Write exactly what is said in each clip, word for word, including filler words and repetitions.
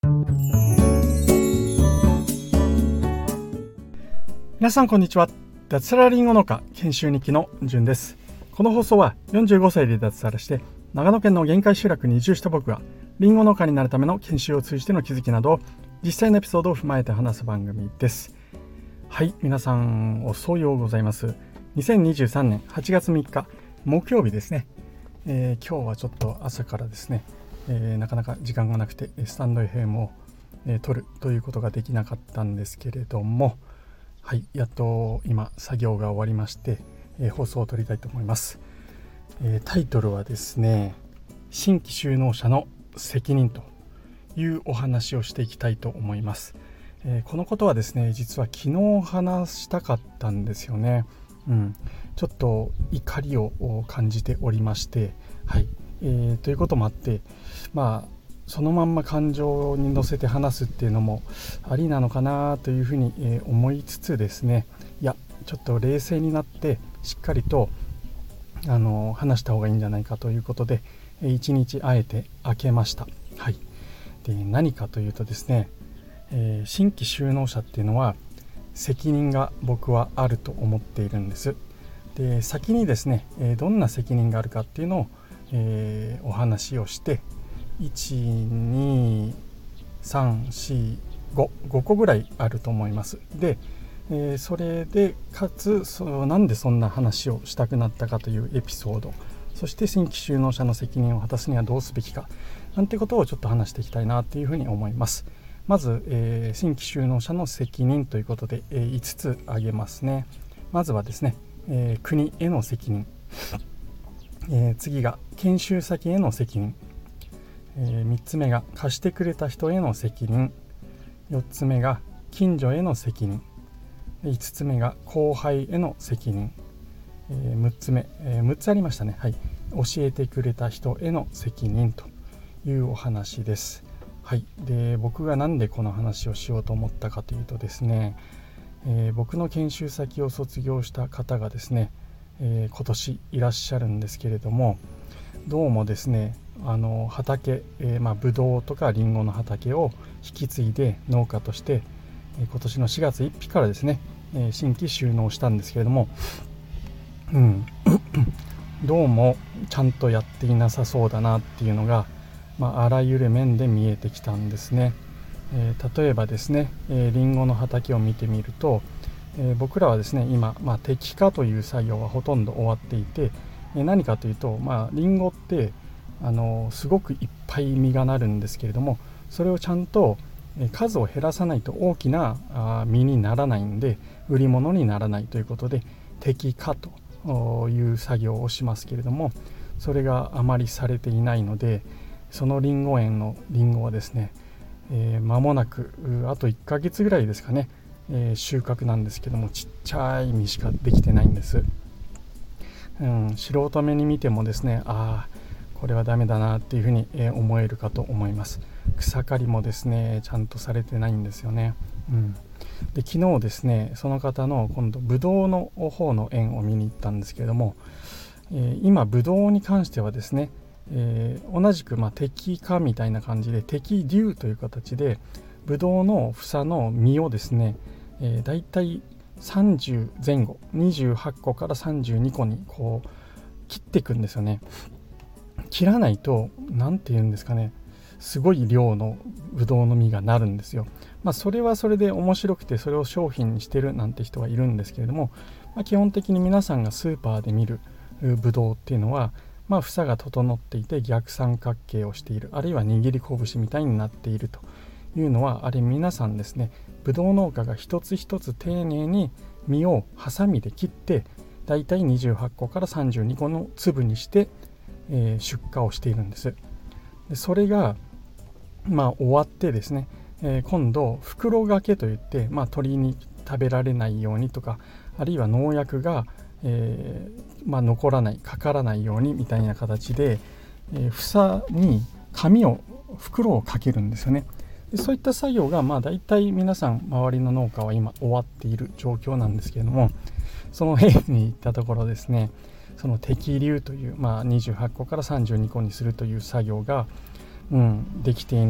皆さんこんにちは。脱サラリンゴ農家研修日記のじゅんです。この放送はよんじゅうごさいで脱サラして長野県の限界集落に移住した僕がリンゴ農家になるための研修を通じての気づきなどを実際のエピソードを踏まえて話す番組です。はい、皆さんおはようございます。にせんにじゅうさんねんはちがつみっか木曜日ですね。えー、今日はちょっと朝からですね、えー、なかなか時間がなくてスタンド エフエム を、えー、撮るということができなかったんですけれども、はい、やっと今作業が終わりまして、えー、放送を撮りたいと思います。えー、タイトルはですね、新規就農者の責任というお話をしていきたいと思います。えー、このことはですね、実は昨日話したかったんですよね。うん、ちょっと怒りを感じておりまして、はい、えー、ということもあって、まあそのまんま感情に乗せて話すっていうのもありなのかなというふうに思いつつですね、いやちょっと冷静になってしっかりとあの話した方がいいんじゃないかということで一日あえて空けました。はい、で何かというとですね、えー、新規就農者っていうのは責任が僕はあると思っているんです。で先にですね、えー、どんな責任があるかっていうのを、えー、お話をしていち、に、さん、よん、ご、ごこぐらいあると思います。で、えー、それでかつそなんでそんな話をしたくなったかというエピソード、そして新規就農者の責任を果たすにはどうすべきかなんてことをちょっと話していきたいなというふうに思います。まず、えー、新規就農者の責任ということで、えー、いつつ挙げますね。まずはですね、えー、国への責任、えー、次が研修先への責任、えー、みっつめが貸してくれた人への責任、よっつめが近所への責任、いつつめが後輩への責任、えー、むっつめ、えー、むっつありましたね。はい、教えてくれた人への責任というお話です。はい、で僕がなんでこの話をしようと思ったかというとですね、えー、僕の研修先を卒業した方がですね、えー、今年いらっしゃるんですけれども、どうもですね、あの畑、えーまあ、ブドウとかリンゴの畑を引き継いで農家として、えー、今年のしがつついたちからですね、えー、新規就農したんですけれども、うん、どうもちゃんとやっていなさそうだなっていうのが、まあ、あらゆる面で見えてきたんですね。えー、例えばですね、えー、リンゴの畑を見てみると、えー、僕らはですね今、まあ、摘果という作業はほとんど終わっていて、えー、何かというと、まあ、リンゴってあのすごくいっぱい実がなるんですけれども、それをちゃんと数を減らさないと大きな実にならないんで売り物にならないということで摘果という作業をしますけれども、それがあまりされていないので、そのリンゴ園のリンゴはですね、えー、間もなくあといっかげつぐらいですかね、えー、収穫なんですけども、ちっちゃい実しかできてないんです。うん、素人目に見てもですね、ああこれはダメだなっていうふうに思えるかと思います。草刈りもですねちゃんとされてないんですよね。うん、で昨日ですね、その方の今度ブドウの方の園を見に行ったんですけれども、えー、今ブドウに関してはですね、えー、同じくまあ摘果みたいな感じで摘粒という形でブドウの房の実をですね、えー、だいたいさんじゅうぜん後にじゅうはっこからさんじゅうにこにこう切っていくんですよね。切らないと何て言うんですかね、すごい量のブドウの実がなるんですよ。まあそれはそれで面白くてそれを商品にしてるなんて人はいるんですけれども、まあ、基本的に皆さんがスーパーで見るブドウっていうのは、まあ房が整っていて逆三角形をしている、あるいは握り拳みたいになっているというのは、あれ皆さんですね、ブドウ農家が一つ一つ丁寧に実をハサミで切ってだいたいにじゅうはっこからさんじゅうにこの粒にしてえー、出荷をしているんです。でそれがまあ終わってですね、えー、今度袋掛けといって、まあ、鳥に食べられないようにとか、あるいは農薬が、えーまあ、残らないかからないようにみたいな形で、えー、房に紙を袋をかけるんですよね。でそういった作業がまあ大体皆さん周りの農家は今終わっている状況なんですけれども、その園に行ったところですね、その摘粒という、まあ、にじゅうはっこからさんじゅうにこにするという作業が、うん、できていない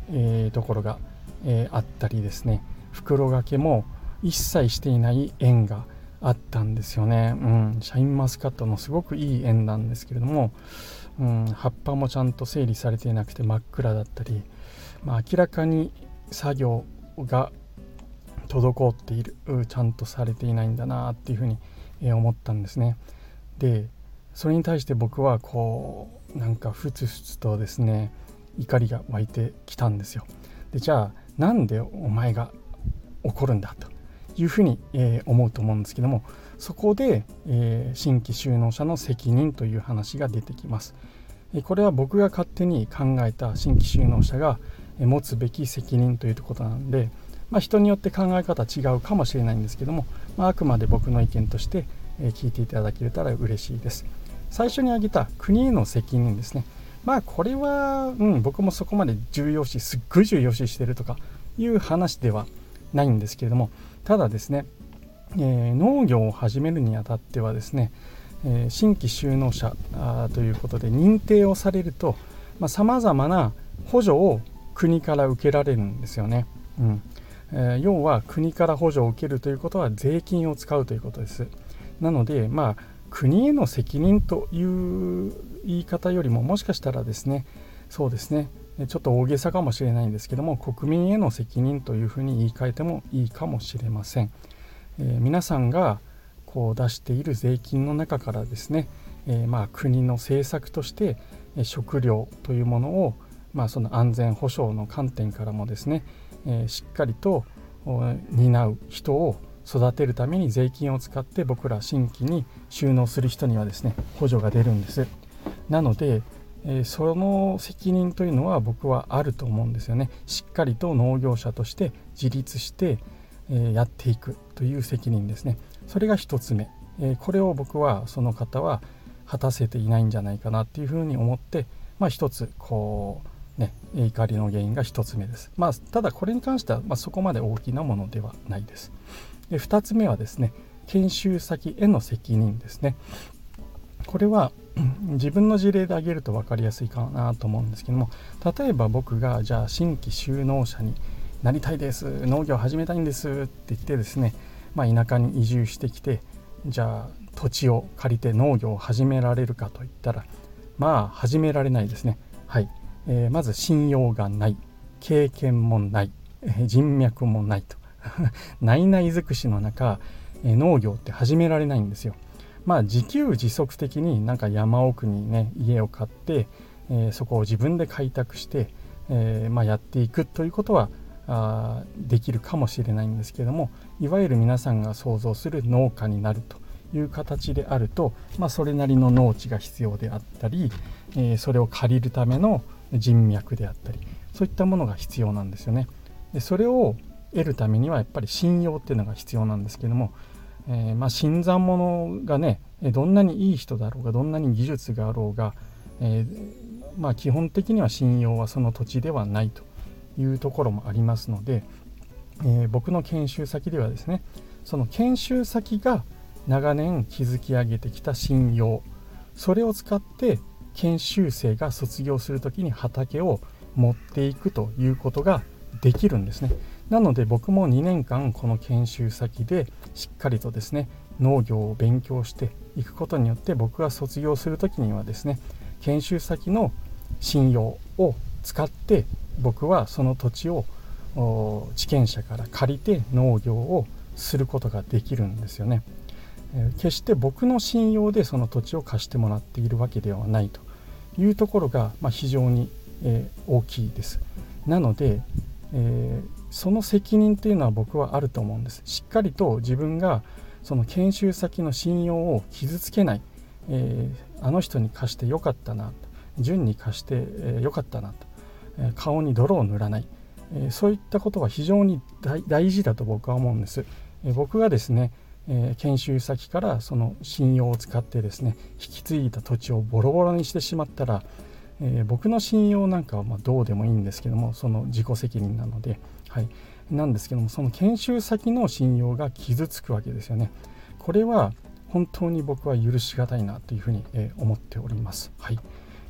えー、ところが、えー、あったりですね、袋掛けも一切していない園があったんですよね。うん、シャインマスカットのすごくいい園なんですけれども、うん、葉っぱもちゃんと整理されていなくて真っ暗だったり、まあ、明らかに作業が滞っている、ちゃんとされていないんだなっていうふうに思ったんですね。でそれに対して僕はこうなんかふつふつとですね怒りが湧いてきたんですよ。でじゃあなんでお前が怒るんだというふうに、えー、思うと思うんですけども、そこで、えー、新規就農者の責任という話が出てきます。えー、これは僕が勝手に考えた新規就農者が持つべき責任ということなので、まあ、人によって考え方違うかもしれないんですけども、まあ、あくまで僕の意見として聞いていただけたら嬉しいです。最初に挙げた国への責任ですね。まあこれは、うん、僕もそこまで重要視すっごい重要視してるとかいう話ではないんですけれども、ただですね、えー、農業を始めるにあたってはですね、えー、新規就農者ということで認定をされるとさまざ、まな補助を国から受けられるんですよね。うんえー、要は国から補助を受けるということは税金を使うということです。なのでまあ国への責任という言い方よりも、もしかしたらですね、そうですね、ちょっと大げさかもしれないんですけども、国民への責任というふうに言い換えてもいいかもしれません。えー、皆さんがこう出している税金の中からですね、えー、まあ国の政策として食料というものを、まあ、その安全保障の観点からもですね、えー、しっかりと担う人を育てるために税金を使って僕ら新規に就農する人にはですね補助が出るんです。なので、えー、その責任というのは僕はあると思うんですよね。しっかりと農業者として自立して、えー、やっていくという責任ですね。それが一つ目、えー、これを僕はその方は果たせていないんじゃないかなっていうふうに思って、まあ一つこうね怒りの原因が一つ目です。まあただこれに関しては、まあ、そこまで大きなものではないです。でふたつめはですね、研修先への責任ですね。これは自分の事例で挙げると分かりやすいかなと思うんですけども、例えば僕がじゃあ新規就農者になりたいです、農業を始めたいんですって言ってですね、まあ、田舎に移住してきて、じゃあ土地を借りて農業を始められるかといったら、まあ始められないですね。はい、えー、まず信用がない、経験もない、えー、人脈もないとないない尽くしの中、えー、農業って始められないんですよ。まあ自給自足的になんか山奥にね家を買って、えー、そこを自分で開拓して、えーまあ、やっていくということはあできるかもしれないんですけれども、いわゆる皆さんが想像する農家になるという形であると、まあ、それなりの農地が必要であったり、えー、それを借りるための人脈であったり、そういったものが必要なんですよね。でそれを得るためにはやっぱり信用っていうのが必要なんですけども、えー、まあ新参者がねどんなにいい人だろうがどんなに技術があろうが、えー、まあ基本的には信用はその土地ではないというところもありますので、えー、僕の研修先ではですね、その研修先が長年築き上げてきた信用、それを使って研修生が卒業するときに畑を持っていくということができるんですね。なので僕もにねんかんこの研修先でしっかりとですね農業を勉強していくことによって、僕が卒業するときにはですね研修先の信用を使って僕はその土地を地権者から借りて農業をすることができるんですよね。決して僕の信用でその土地を貸してもらっているわけではないというところが、まあ、非常に、えー、大きいです。なので、えー、その責任というのは僕はあると思うんです。しっかりと自分がその研修先の信用を傷つけない、えー、あの人に貸してよかったなと、順に貸して、えー、よかったなと、えー、顔に泥を塗らない、えー、そういったことは非常に 大, 大事だと僕は思うんです。えー、僕がですねえー、研修先からその信用を使ってですね引き継いだ土地をボロボロにしてしまったら、えー、僕の信用なんかはまあどうでもいいんですけども、その自己責任なので、はい、なんですけども、その研修先の信用が傷つくわけですよね。これは本当に僕は許しがたいなというふうに、えー、思っております。はい、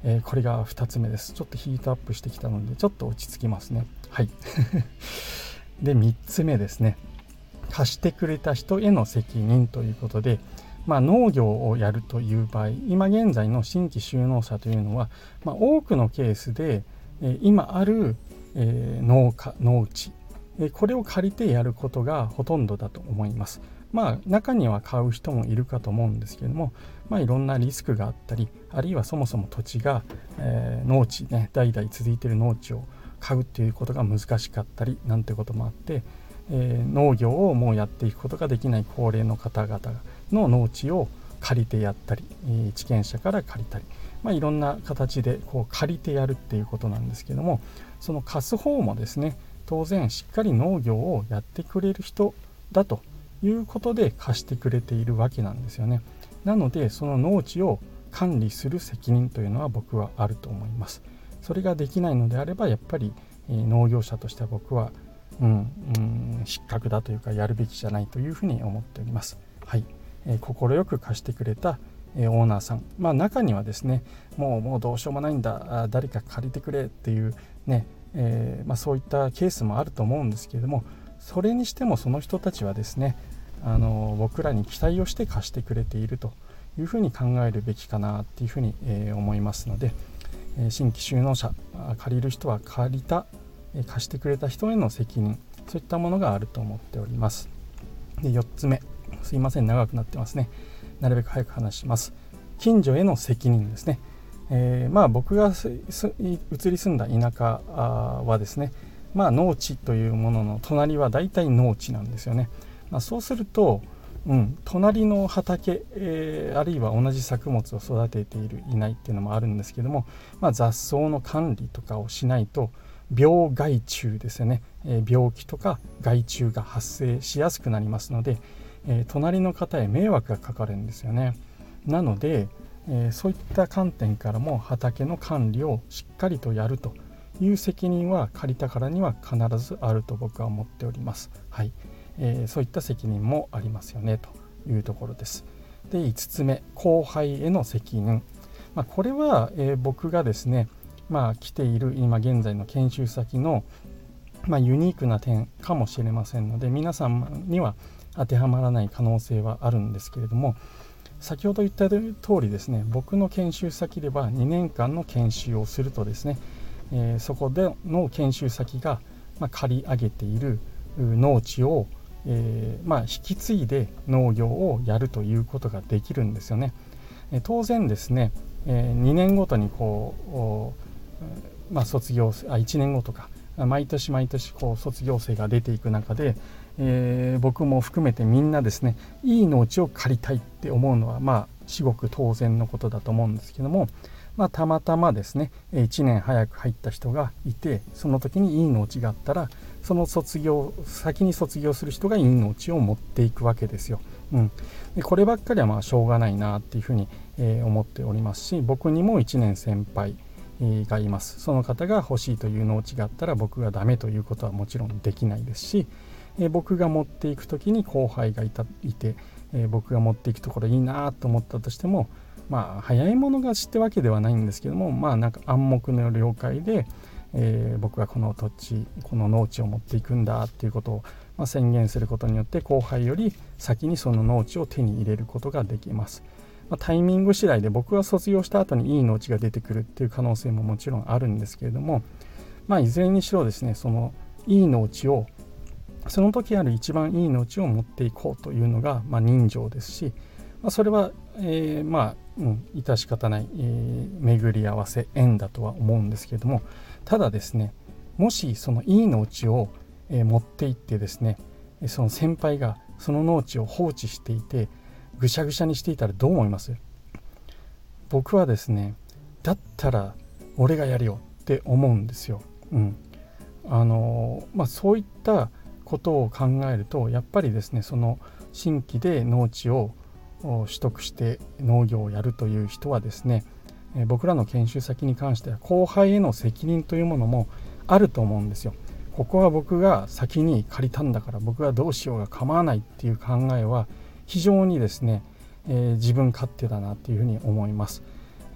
えー、これがふたつめです。ちょっとヒートアップしてきたのでちょっと落ち着きますね。はいでみっつめですね、貸してくれた人への責任ということで、まあ、農業をやるという場合、今現在の新規就農者というのは、まあ、多くのケースで、えー、今ある、えー、農家農地、えー、これを借りてやることがほとんどだと思います。まあ中には買う人もいるかと思うんですけれども、まあ、いろんなリスクがあったり、あるいはそもそも土地が、えー、農地ね、代々続いている農地を買うっていうことが難しかったりなんてこともあって、えー、農業をもうやっていくことができない高齢の方々の農地を借りてやったり、えー、地権者から借りたり、まあ、いろんな形でこう借りてやるっていうことなんですけども、その貸す方もですね、当然しっかり農業をやってくれる人だということで貸してくれているわけなんですよね。なのでその農地を管理する責任というのは僕はあると思います。それができないのであればやっぱり、えー、農業者としては僕は、うんうん、失格だというかやるべきじゃないというふうに思っております。はい、えー、快く貸してくれた、えー、オーナーさん、まあ中にはですね、もうもうどうしようもないんだ、あ誰か借りてくれっていうね、えーまあ、そういったケースもあると思うんですけれども、それにしてもその人たちはですね、あの僕らに期待をして貸してくれているというふうに考えるべきかなっていうふうに、えー、思いますので、えー、新規就農者、借りる人は借りた、えー、貸してくれた人への責任、そういったものがあると思っております。でよっつめ、すいません長くなってますね、なるべく早く話します。近所への責任ですね。えー、まあ僕が移り住んだ田舎はですね、まあ農地というものの隣は大体農地なんですよね。まあ、そうすると、うん、隣の畑、えー、あるいは同じ作物を育てているいないっていうのもあるんですけども、まあ、雑草の管理とかをしないと病害虫ですよね、えー、病気とか害虫が発生しやすくなりますので、えー、隣の方へ迷惑がかかるんですよね。なので、えー、そういった観点からも畑の管理をしっかりとやるという責任は借りたからには必ずあると僕は思っております。はい、えー、そういった責任もありますよねというところです。でいつつめ、後輩への責任、まあ、これは、えー、僕がですね、まあ、来ている今現在の研修先の、まあ、ユニークな点かもしれませんので、皆さんには当てはまらない可能性はあるんですけれども、先ほど言った通りですね、僕の研修先ではにねんかんの研修をするとですね、えー、そこでの研修先が、まあ、借り上げている農地をえーまあ、引き継いで農業をやるということができるんですよね。えー、当然ですね、えー、にねんごとにこう、まあ、卒業あいちねんごとか毎年毎年こう卒業生が出ていく中で、えー、僕も含めてみんなですね、いい農地を借りたいって思うのはまあ至極当然のことだと思うんですけども、まあ、たまたまですねいちねん早く入った人がいて、その時にいい農地があったらその卒業先に卒業する人がいい農地を持っていくわけですよ。うん、でこればっかりはまあしょうがないなっていうふうに、えー、思っておりますし、僕にもいちねん先輩がいます。その方が欲しいという農地があったら僕がダメということはもちろんできないですし、えー、僕が持っていく時に後輩がいたいて、えー、僕が持っていくところいいなと思ったとしても、まあ早い者勝ちってわけではないんですけども、まあなんか暗黙の了解で、えー、僕はこの土地この農地を持っていくんだっていうことを、まあ、宣言することによって後輩より先にその農地を手に入れることができます。まあ、タイミング次第で僕が卒業した後にいい農地が出てくるっていう可能性ももちろんあるんですけれども、まあ、いずれにしろですね、そのいい農地をその時ある一番いい農地を持っていこうというのが、まあ、人情ですし、まあ、それは、えー、まあ、うん、致し方ない、えー、巡り合わせ縁だとは思うんですけれども、ただですね、もしそのいい農地を、えー、持っていってですね、その先輩がその農地を放置していてぐしゃぐしゃにしていたらどう思います？僕はですね、だったら俺がやるよって思うんですよ。うん、あのまあそういったことを考えると、やっぱりですね、その新規で農地を取得して農業をやるという人はですね、僕らの研修先に関しては後輩への責任というものもあると思うんですよ。ここは僕が先に借りたんだから僕がどうしようが構わないっていう考えは非常にですね、えー、自分勝手だなっていうふうに思います。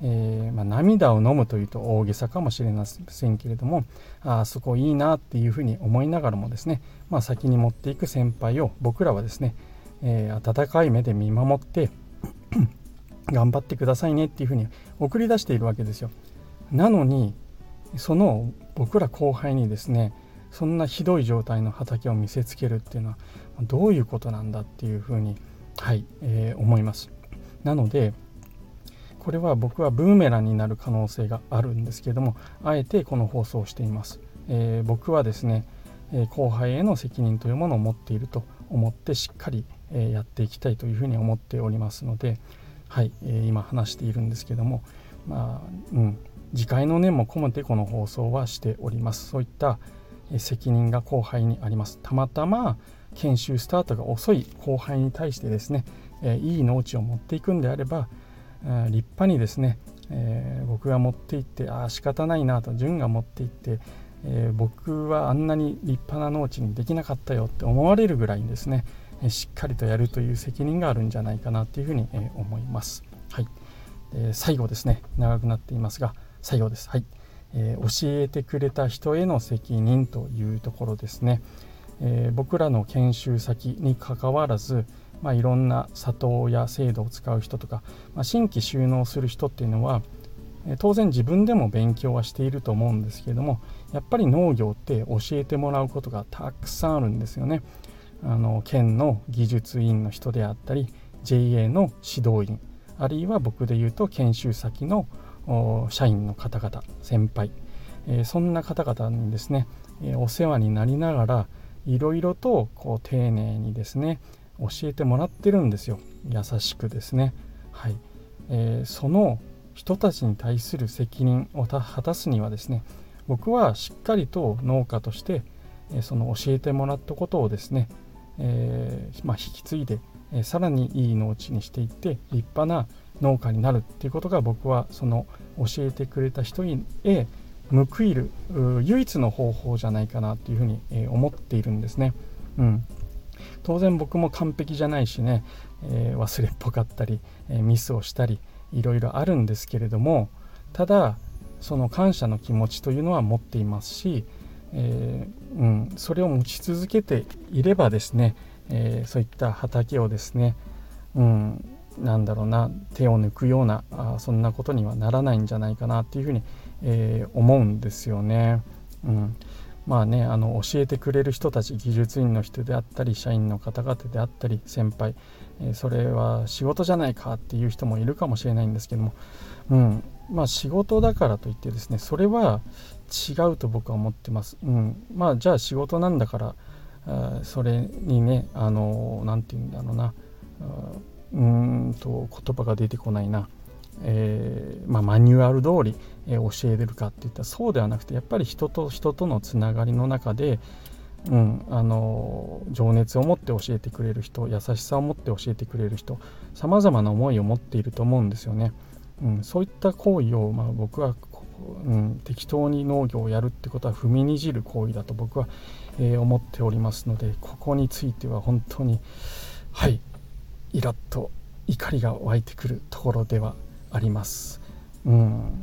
えーまあ、涙を飲むというと大げさかもしれませんけれども、あそこいいなっていうふうに思いながらもですね、まあ、先に持っていく先輩を僕らはですね、えー、温かい目で見守って頑張ってくださいねっていうふうに送り出しているわけですよ。なのにその僕ら後輩にですね、そんなひどい状態の畑を見せつけるっていうのはどういうことなんだっていうふうに、はいえー、思います。なのでこれは僕はブーメランになる可能性があるんですけれども、あえてこの放送をしています。えー、僕はですね、えー、後輩への責任というものを持っていると思ってしっかり、えー、やっていきたいというふうに思っておりますので、はい、えー、今話しているんですけども、まあうん、自戒の念も込めてこの放送はしております。そういった責任が後輩にあります。たまたま研修スタートが遅い後輩に対してですね、えー、いい農地を持っていくんであれば、立派にですね、えー、僕が持って行ってああ仕方ないなと、順が持って行って、えー、僕はあんなに立派な農地にできなかったよって思われるぐらいにですね、えー、しっかりとやるという責任があるんじゃないかなというふうに、えー、思います。はい、えー、最後ですね、長くなっていますが最後です。はい、えー、教えてくれた人への責任というところですね。えー、僕らの研修先にかかわらず、まあ、いろんな里や制度を使う人とか、まあ、新規就農する人っていうのは、えー、当然自分でも勉強はしていると思うんですけれども、やっぱり農業って教えてもらうことがたくさんあるんですよね。あの県の技術委員の人であったり ジェイエー の指導員、あるいは僕でいうと研修先の社員の方々、先輩、えー、そんな方々にですね、えー、お世話になりながらいろいろとこう丁寧にですね教えてもらってるんですよ。優しくですね。はい、えー、その人たちに対する責任を果たすにはですね、僕はしっかりと農家として、えー、その教えてもらったことをですね、えーまあ、引き継いで、えー、さらにいい農地にしていって立派な農家になるっていうことが、僕はその教えてくれた人へ報いる唯一の方法じゃないかなというふうに、えー、思っているんですね。うん、当然僕も完璧じゃないしね、えー、忘れっぽかったり、えー、ミスをしたりいろいろあるんですけれども、ただその感謝の気持ちというのは持っていますし、えーうん、それを持ち続けていればですね、えー、そういった畑をですね、うん、なんだろうな、手を抜くようなあそんなことにはならないんじゃないかなっていうふうに、えー、思うんですよね。うん、まあね、あの教えてくれる人たち、技術員の人であったり社員の方々であったり先輩、えー、それは仕事じゃないかっていう人もいるかもしれないんですけども、うん、まあ仕事だからといってですね、それは違うと僕は思ってます。うん、まあじゃあ仕事なんだからあそれにね、あのなんて言うんだろうな、うーんと言葉が出てこないな、えーまあ、マニュアル通り、えー、教えれるかっていったらそうではなくて、やっぱり人と人とのつながりの中で、うん、あの情熱を持って教えてくれる人、優しさを持って教えてくれる人、さまざまな思いを持っていると思うんですよね。うん、そういった行為を、まあ、僕は、うん、適当に農業をやるってことは踏みにじる行為だと僕は、えー、思っておりますので、ここについては本当にはいイラッと怒りが湧いてくるところではあります。うん、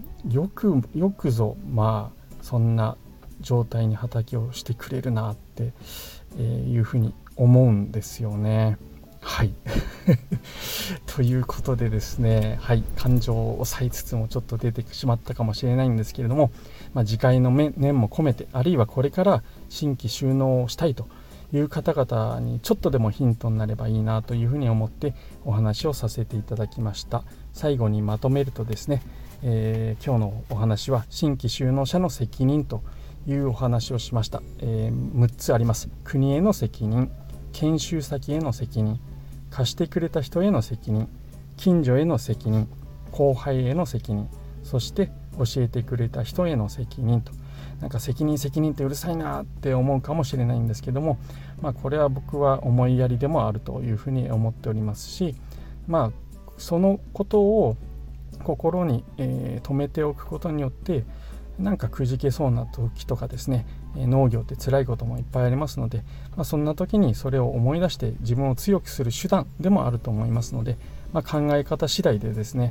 よくよくぞまあそんな状態に畑をしてくれるなって、えー、いうふうに思うんですよね。はいということでですね、はい、感情を抑えつつもちょっと出てしまったかもしれないんですけれども、まあ、次回の念も込めて、あるいはこれから新規就農をしたいという方々にちょっとでもヒントになればいいなというふうに思ってお話をさせていただきました。最後にまとめるとですね、えー、今日のお話は新規就農者の責任というお話をしました。えー、むっつあります。国への責任、研修先への責任、貸してくれた人への責任、近所への責任、後輩への責任、そして教えてくれた人への責任と、なんか責任責任ってうるさいなって思うかもしれないんですけども、まあ、これは僕は思いやりでもあるというふうに思っておりますし、まあそのことを心に、えー、留めておくことによって、なんかくじけそうな時とかですね、農業って辛いこともいっぱいありますので、まあ、そんな時にそれを思い出して自分を強くする手段でもあると思いますので、まあ、考え方次第でですね、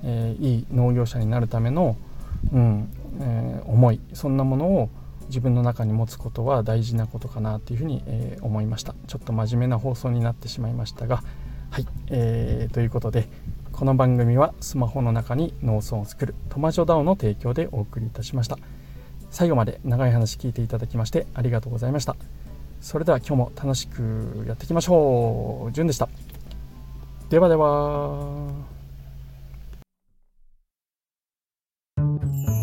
えー、いい農業者になるための、うんえー、思い、そんなものを自分の中に持つことは大事なことかなというふうに、えー、思いました。ちょっと真面目な放送になってしまいましたが、はい、えー、ということで、この番組はスマホの中に農村を作るトマジョダオの提供でお送りいたしました。最後まで長い話聞いていただきましてありがとうございました。それでは今日も楽しくやっていきましょう。じゅんでした。ではでは。